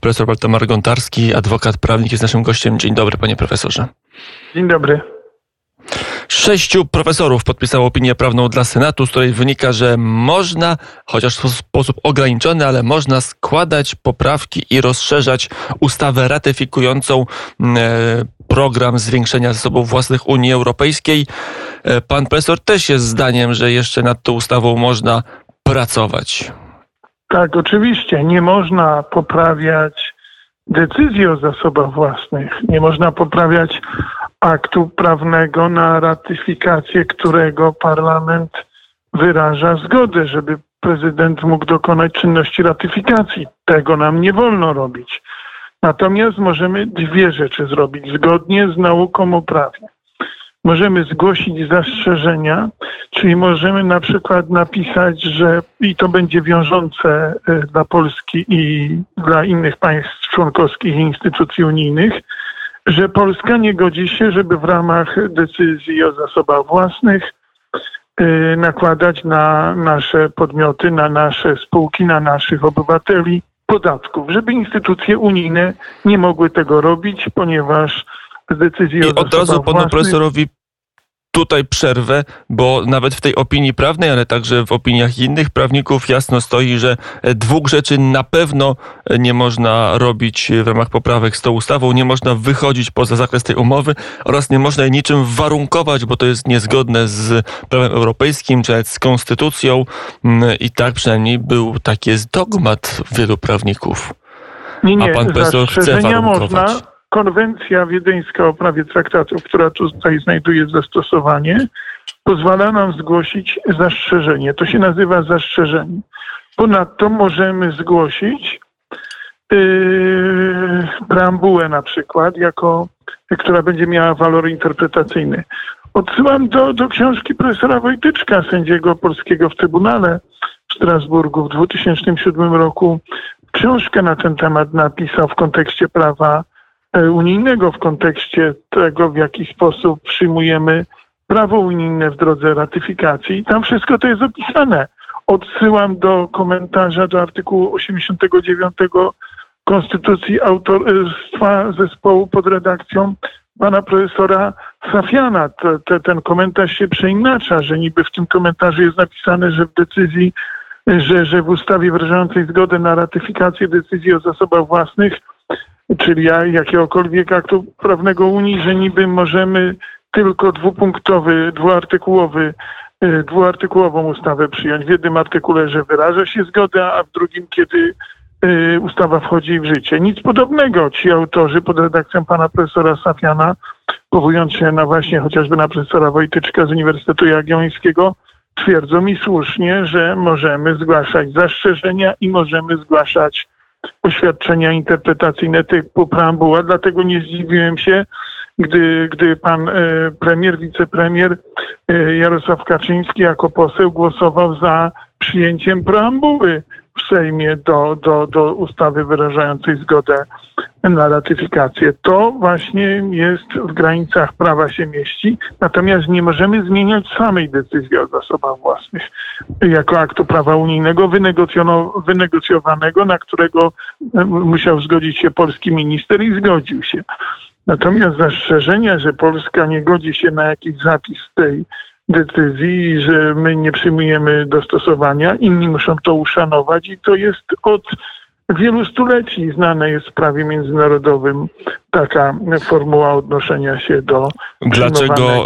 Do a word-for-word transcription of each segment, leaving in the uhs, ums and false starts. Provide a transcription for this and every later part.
Profesor Waldemar Gontarski, adwokat, prawnik, jest naszym gościem. Dzień dobry, panie profesorze. Dzień dobry. Sześciu profesorów podpisało opinię prawną dla Senatu, z której wynika, że można, chociaż w sposób ograniczony, ale można składać poprawki i rozszerzać ustawę ratyfikującą program zwiększenia zasobów własnych Unii Europejskiej. Pan profesor też jest zdaniem, że jeszcze nad tą ustawą można pracować. Tak, oczywiście. Nie można poprawiać decyzji o zasobach własnych. Nie można poprawiać aktu prawnego, na ratyfikację którego parlament wyraża zgodę, żeby prezydent mógł dokonać czynności ratyfikacji. Tego nam nie wolno robić. Natomiast możemy dwie rzeczy zrobić zgodnie z nauką o prawie. Możemy zgłosić zastrzeżenia, czyli możemy na przykład napisać, że i to będzie wiążące dla Polski i dla innych państw członkowskich i instytucji unijnych, że Polska nie godzi się, żeby w ramach decyzji o zasobach własnych yy, nakładać na nasze podmioty, na nasze spółki, na naszych obywateli podatków, żeby instytucje unijne nie mogły tego robić, ponieważ z decyzji o I od razu panu własnych... profesorowi tutaj przerwę, bo nawet w tej opinii prawnej, ale także w opiniach innych prawników jasno stoi, że dwóch rzeczy na pewno nie można robić w ramach poprawek z tą ustawą. Nie można wychodzić poza zakres tej umowy oraz nie można jej niczym warunkować, bo to jest niezgodne z prawem europejskim, czy nawet z konstytucją. I tak przynajmniej był taki jest dogmat wielu prawników. Nie, nie, a pan profesor chce warunkować. Można. Konwencja wiedeńska o prawie traktatów, która tutaj znajduje zastosowanie, pozwala nam zgłosić zastrzeżenie. To się nazywa zastrzeżenie. Ponadto możemy zgłosić yy, preambułę na przykład, jako, która będzie miała walor interpretacyjny. Odsyłam do, do książki profesora Wojtyczka, sędziego polskiego w Trybunale w Strasburgu w dwa tysiące siódmym roku. Książkę na ten temat napisał w kontekście prawa unijnego, w kontekście tego, w jaki sposób przyjmujemy prawo unijne w drodze ratyfikacji. I tam wszystko to jest opisane. Odsyłam do komentarza do artykułu osiemdziesiątego dziewiątego Konstytucji autorstwa zespołu pod redakcją pana profesora Safiana. Te, te, ten komentarz się przeinacza, że niby w tym komentarzu jest napisane, że w decyzji, że, że w ustawie wyrażającej zgodę na ratyfikację decyzji o zasobach własnych, czyli jakiegokolwiek aktu prawnego Unii, że niby możemy tylko dwupunktowy, dwuartykułowy, dwuartykułową ustawę przyjąć. W jednym artykule, że wyraża się zgoda, a w drugim, kiedy ustawa wchodzi w życie. Nic podobnego. Ci autorzy pod redakcją pana profesora Safiana, powołując się na właśnie chociażby na profesora Wojtyczka z Uniwersytetu Jagiellońskiego, twierdzą i słusznie, że możemy zgłaszać zastrzeżenia i możemy zgłaszać oświadczenia interpretacyjne typu preambuła, dlatego nie zdziwiłem się, gdy, gdy pan e, premier, wicepremier e, Jarosław Kaczyński jako poseł głosował za przyjęciem preambuły w Sejmie do, do, do ustawy wyrażającej zgodę na ratyfikację. To właśnie jest w granicach prawa się mieści, natomiast nie możemy zmieniać samej decyzji o zasobach własnych jako aktu prawa unijnego wynegocjowanego, na którego musiał zgodzić się polski minister i zgodził się. Natomiast zastrzeżenia, że Polska nie godzi się na jakiś zapis tej decyzji i że my nie przyjmujemy dostosowania, inni muszą to uszanować i to jest od wielu stuleci znane jest w prawie międzynarodowym taka formuła odnoszenia się do... Dlaczego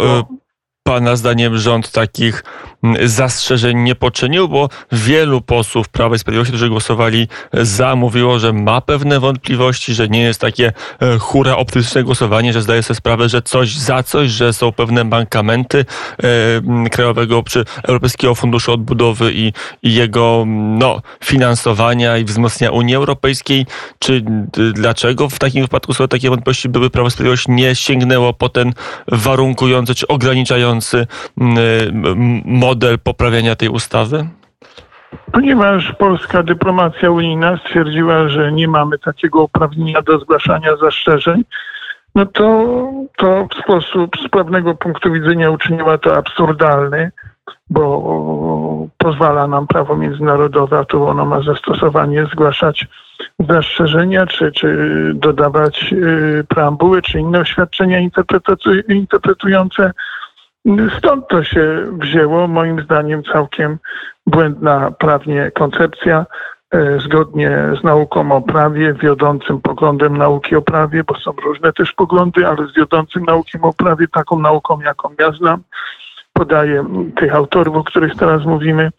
pana zdaniem rząd takich zastrzeżeń nie poczynił? Bo wielu posłów Prawa i Sprawiedliwości, którzy głosowali za, mówiło, że ma pewne wątpliwości, że nie jest takie hura optymistyczne głosowanie, że zdaje sobie sprawę, że coś za coś, że są pewne mankamenty e, Krajowego czy Europejskiego Funduszu Odbudowy i, i jego no, finansowania i wzmocnienia Unii Europejskiej. Czy dlaczego w takim wypadku, skoro takie wątpliwości były, Prawo i Sprawiedliwość nie sięgnęło po ten warunkujący czy ograniczający model poprawiania tej ustawy? Ponieważ polska dyplomacja unijna stwierdziła, że nie mamy takiego uprawnienia do zgłaszania zastrzeżeń, no to, to w sposób z pewnego punktu widzenia uczyniła to absurdalny. bo pozwala nam prawo międzynarodowe, a tu ono ma zastosowanie, zgłaszać zastrzeżenia, czy, czy dodawać preambuły, czy inne oświadczenia interpretujące. Stąd to się wzięło, moim zdaniem całkiem błędna prawnie koncepcja, zgodnie z nauką o prawie, wiodącym poglądem nauki o prawie, bo są różne też poglądy, ale z wiodącym naukiem o prawie, taką nauką, jaką ja znam, podaję tych autorów, o których teraz mówimy,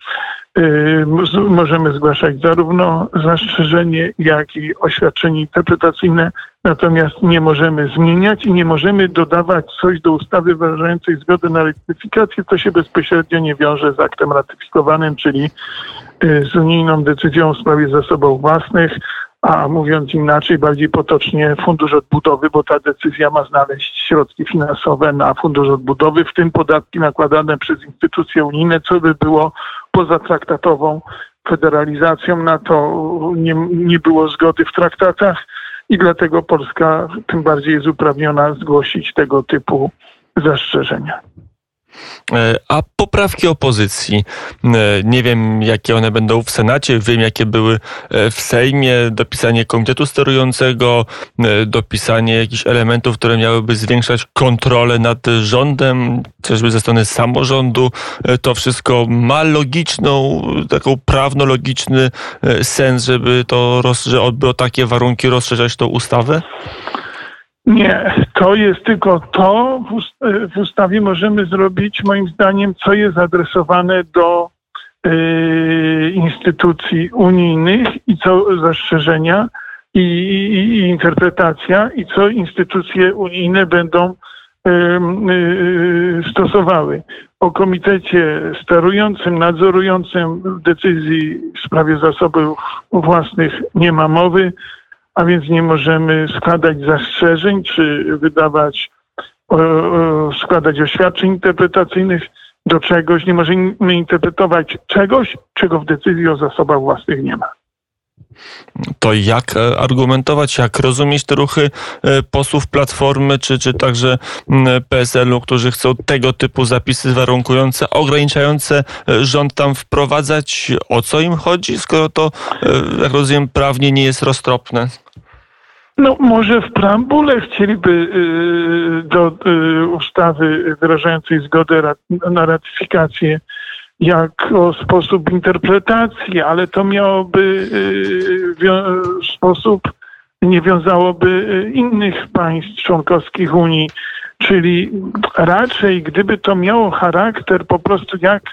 możemy zgłaszać zarówno zastrzeżenie, jak i oświadczenie interpretacyjne, natomiast nie możemy zmieniać i nie możemy dodawać coś do ustawy wyrażającej zgodę na ratyfikację, co się bezpośrednio nie wiąże z aktem ratyfikowanym, czyli z unijną decyzją w sprawie zasobów własnych, a mówiąc inaczej, bardziej potocznie, Fundusz Odbudowy, bo ta decyzja ma znaleźć środki finansowe na Fundusz Odbudowy, w tym podatki nakładane przez instytucje unijne, co by było poza traktatową federalizacją. Na to nie, nie było zgody w traktatach i dlatego Polska tym bardziej jest uprawniona zgłosić tego typu zastrzeżenia. A poprawki opozycji, nie wiem jakie one będą w Senacie, wiem jakie były w Sejmie, dopisanie komitetu sterującego, dopisanie jakichś elementów, które miałyby zwiększać kontrolę nad rządem, chociażby ze strony samorządu. To wszystko ma logiczną, taką prawno-logiczny sens, żeby to, żeby o takie warunki rozszerzać tą ustawę? Nie, to jest tylko to, w ustawie możemy zrobić, moim zdaniem, co jest adresowane do y, instytucji unijnych i co zastrzeżenia i, i, i interpretacja i co instytucje unijne będą y, y, stosowały. O komitecie sterującym, nadzorującym decyzji w sprawie zasobów własnych nie ma mowy, a więc nie możemy składać zastrzeżeń, czy wydawać, o, o, składać oświadczeń interpretacyjnych do czegoś. Nie możemy interpretować czegoś, czego w decyzji o zasobach własnych nie ma. To jak argumentować, jak rozumieć te ruchy posłów Platformy, czy, czy także P S L u, którzy chcą tego typu zapisy warunkujące, ograniczające rząd tam wprowadzać? O co im chodzi, skoro to, jak rozumiem, prawnie nie jest roztropne? No może w preambule chcieliby do ustawy wyrażającej zgodę na ratyfikację jako sposób interpretacji, ale to miałoby w sposób, nie wiązałoby innych państw członkowskich Unii, czyli raczej gdyby to miało charakter po prostu jak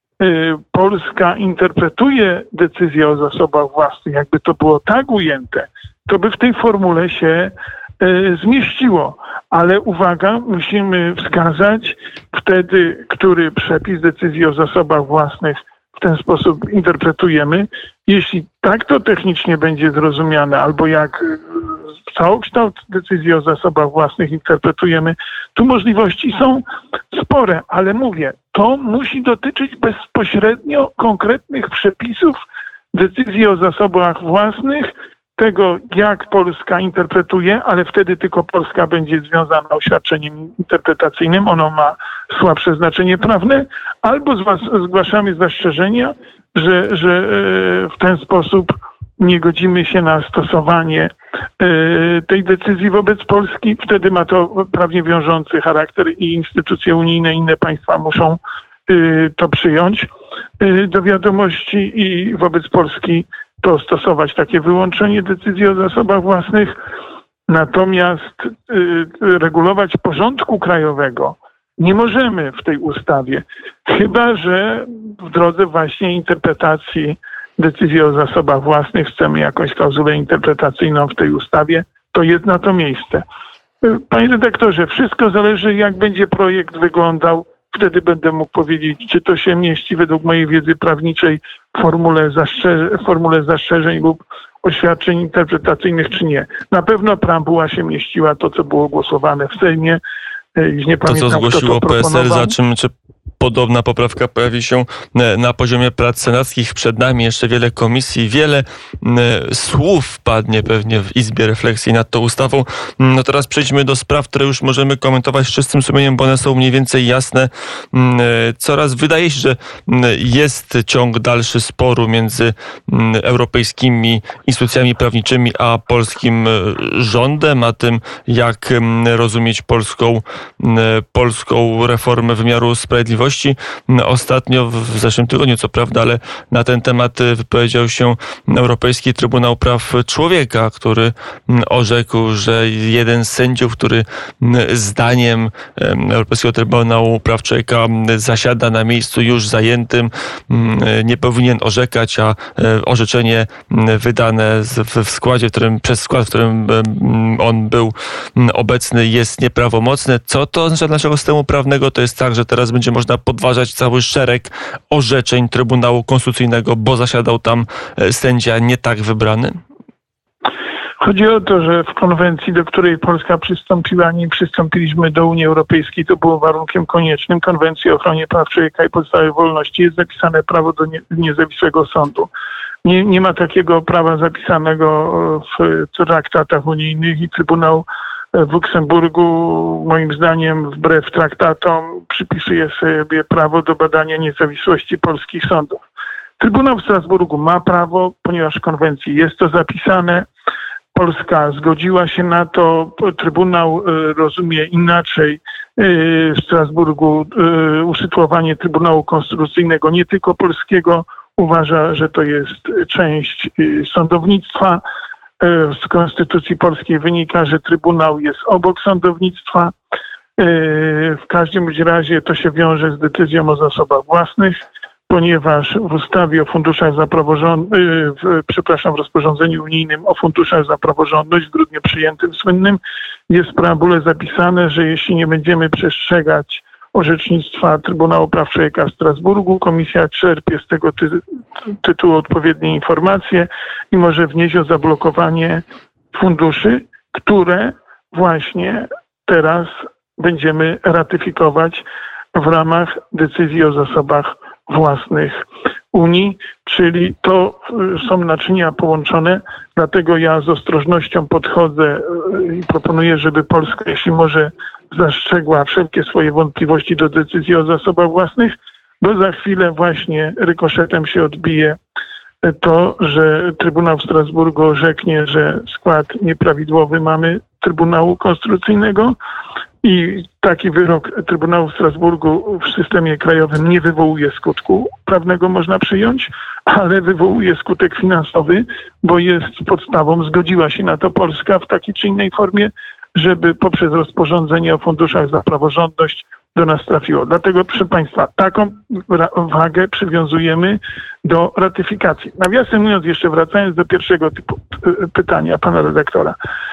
Polska interpretuje decyzję o zasobach własnych, jakby to było tak ujęte, to by w tej formule się zmieściło. Ale uwaga, musimy wskazać wtedy, który przepis decyzji o zasobach własnych w ten sposób interpretujemy. Jeśli tak to technicznie będzie zrozumiane, albo jak całokształt decyzji o zasobach własnych interpretujemy, tu możliwości są spore, ale mówię, to musi dotyczyć bezpośrednio konkretnych przepisów decyzji o zasobach własnych, tego, jak Polska interpretuje, ale wtedy tylko Polska będzie związana oświadczeniem interpretacyjnym, ono ma słabsze znaczenie prawne, albo zgłaszamy zastrzeżenia, że, że w ten sposób nie godzimy się na stosowanie tej decyzji wobec Polski. Wtedy ma to prawnie wiążący charakter i instytucje unijne, inne państwa muszą to przyjąć do wiadomości i wobec Polski to stosować takie wyłączenie decyzji o zasobach własnych. Natomiast y, regulować porządku krajowego nie możemy w tej ustawie, chyba że w drodze właśnie interpretacji decyzji o zasobach własnych chcemy jakąś klauzulę interpretacyjną w tej ustawie, to jest na to miejsce. Panie redaktorze, wszystko zależy, jak będzie projekt wyglądał. Wtedy będę mógł powiedzieć, czy to się mieści według mojej wiedzy prawniczej w formule, zastrze- formule zastrzeżeń lub oświadczeń interpretacyjnych, czy nie. Na pewno preambuła się mieściła, to co było głosowane w Sejmie. Już nie to pamiętam, co zgłosiło kto to P S L, za czym, czy podobna poprawka pojawi się na poziomie prac senackich. Przed nami jeszcze wiele komisji, wiele słów padnie pewnie w Izbie refleksji nad tą ustawą. No teraz przejdźmy do spraw, które już możemy komentować z czystym sumieniem, bo one są mniej więcej jasne. Coraz wydaje się, że jest ciąg dalszy sporu między europejskimi instytucjami prawniczymi a polskim rządem, a tym, jak rozumieć polską, polską reformę wymiaru sprawiedliwości. Ostatnio, w zeszłym tygodniu, co prawda, ale na ten temat wypowiedział się Europejski Trybunał Praw Człowieka, który orzekł, że jeden z sędziów, który zdaniem Europejskiego Trybunału Praw Człowieka zasiada na miejscu już zajętym, nie powinien orzekać, a orzeczenie wydane w składzie, w którym, przez skład, w którym on był obecny, jest nieprawomocne. Co to oznacza dla naszego systemu prawnego? To jest tak, że teraz będzie można podważać cały szereg orzeczeń Trybunału Konstytucyjnego, bo zasiadał tam sędzia nie tak wybrany? Chodzi o to, że w konwencji, do której Polska przystąpiła, nim przystąpiliśmy do Unii Europejskiej, to było warunkiem koniecznym Konwencji o ochronie praw człowieka i podstawowych wolności, jest zapisane prawo do nie, niezawisłego sądu. Nie, nie ma takiego prawa zapisanego w traktatach unijnych i Trybunał w Luksemburgu, moim zdaniem, wbrew traktatom, przypisuje sobie prawo do badania niezawisłości polskich sądów. Trybunał w Strasburgu ma prawo, ponieważ w konwencji jest to zapisane. Polska zgodziła się na to. Trybunał rozumie inaczej w Strasburgu usytuowanie Trybunału Konstytucyjnego, nie tylko polskiego. Uważa, że to jest część sądownictwa. Z Konstytucji Polskiej wynika, że Trybunał jest obok sądownictwa. W każdym razie to się wiąże z decyzją o zasobach własnych, ponieważ w ustawie o funduszach za praworządność, przepraszam, w rozporządzeniu unijnym o funduszach za praworządność w grudniu przyjętym słynnym jest w preambule zapisane, że jeśli nie będziemy przestrzegać orzecznictwa Trybunału Praw Człowieka w Strasburgu, Komisja czerpie z tego ty- tytułu odpowiednie informacje i może wnieść o zablokowanie funduszy, które właśnie teraz będziemy ratyfikować w ramach decyzji o zasobach własnych Unii, czyli to są naczynia połączone, dlatego ja z ostrożnością podchodzę i proponuję, żeby Polska, jeśli może, zastrzegła wszelkie swoje wątpliwości do decyzji o zasobach własnych, bo za chwilę właśnie rykoszetem się odbije to, że Trybunał w Strasburgu orzeknie, że skład nieprawidłowy mamy Trybunału Konstytucyjnego i taki wyrok Trybunału w Strasburgu w systemie krajowym nie wywołuje skutku prawnego, można przyjąć, ale wywołuje skutek finansowy, bo jest podstawą, zgodziła się na to Polska w takiej czy innej formie, żeby poprzez rozporządzenie o funduszach za praworządność do nas trafiło. Dlatego, proszę Państwa, taką wagę przywiązujemy do ratyfikacji. Nawiasem mówiąc, jeszcze wracając do pierwszego typu pytania pana redaktora.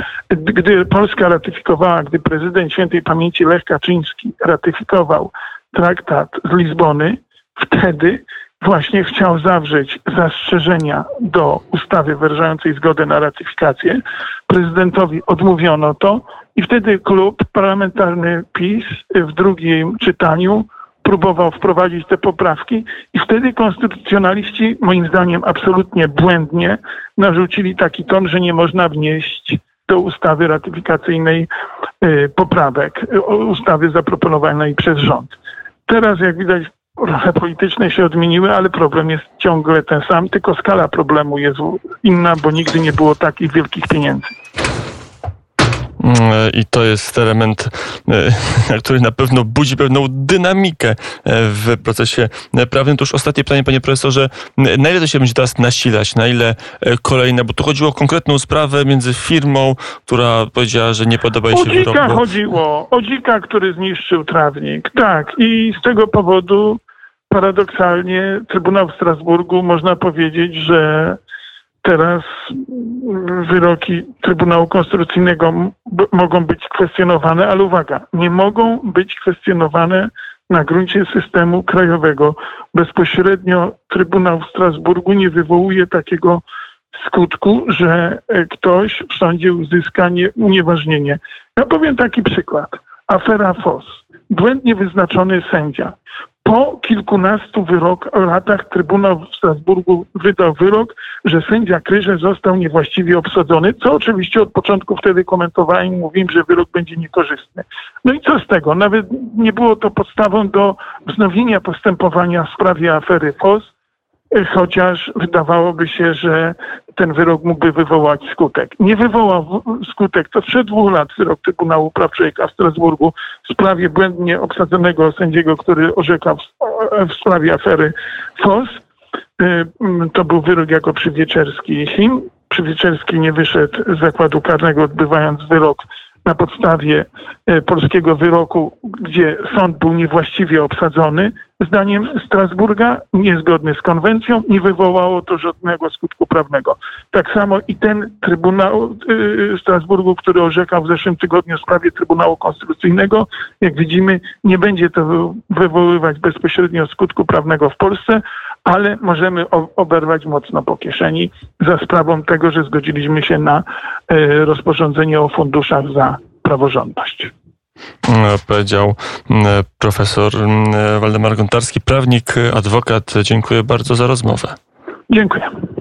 Gdy Polska ratyfikowała, gdy prezydent świętej pamięci Lech Kaczyński ratyfikował traktat z Lizbony, wtedy właśnie chciał zawrzeć zastrzeżenia do ustawy wyrażającej zgodę na ratyfikację. Prezydentowi odmówiono to i wtedy klub parlamentarny PiS w drugim czytaniu próbował wprowadzić te poprawki i wtedy konstytucjonaliści, moim zdaniem absolutnie błędnie, narzucili taki ton, że nie można wnieść do ustawy ratyfikacyjnej poprawek, ustawy zaproponowanej przez rząd. Teraz, jak widać, role polityczne się odmieniły, ale problem jest ciągle ten sam, tylko skala problemu jest inna, bo nigdy nie było takich wielkich pieniędzy. I to jest element, który na pewno budzi pewną dynamikę w procesie prawnym. To już ostatnie pytanie, panie profesorze. Na ile to się będzie teraz nasilać? Na ile kolejne? Bo tu chodziło o konkretną sprawę między firmą, która powiedziała, że nie podoba jej się wyrok. O dzika chodziło. O dzika, który zniszczył trawnik. Tak. I z tego powodu paradoksalnie Trybunał w Strasburgu, można powiedzieć, że teraz wyroki Trybunału Konstytucyjnego m- mogą być kwestionowane, ale uwaga, nie mogą być kwestionowane na gruncie systemu krajowego. Bezpośrednio Trybunał w Strasburgu nie wywołuje takiego skutku, że ktoś w sądzie uzyska nie, unieważnienie. Ja powiem taki przykład. Afera F O S. Błędnie wyznaczony sędzia Po kilkunastu wyrok, latach Trybunał w Strasburgu wydał wyrok, że sędzia Kryże został niewłaściwie obsadzony, co oczywiście od początku wtedy komentowałem i mówiłem, że wyrok będzie niekorzystny. No i co z tego? Nawet nie było to podstawą do wznowienia postępowania w sprawie afery F O S, chociaż wydawałoby się, że ten wyrok mógłby wywołać skutek. Nie wywołał skutek. To sprzed dwóch lat wyrok Trybunału Praw Człowieka w Strasburgu w sprawie błędnie obsadzonego sędziego, który orzekał w sprawie afery F O S. To był wyrok jako Przywieczerski. Przywieczerski nie wyszedł z zakładu karnego, odbywając wyrok na podstawie polskiego wyroku, gdzie sąd był niewłaściwie obsadzony. Zdaniem Strasburga, niezgodny z konwencją, nie wywołało to żadnego skutku prawnego. Tak samo i ten Trybunał w Strasburgu, który orzekał w zeszłym tygodniu w sprawie Trybunału Konstytucyjnego, jak widzimy, nie będzie to wywoływać bezpośrednio skutku prawnego w Polsce, ale możemy oberwać mocno po kieszeni za sprawą tego, że zgodziliśmy się na rozporządzenie o funduszach za praworządność. Powiedział profesor Waldemar Gontarski, prawnik, adwokat. Dziękuję bardzo za rozmowę. Dziękuję.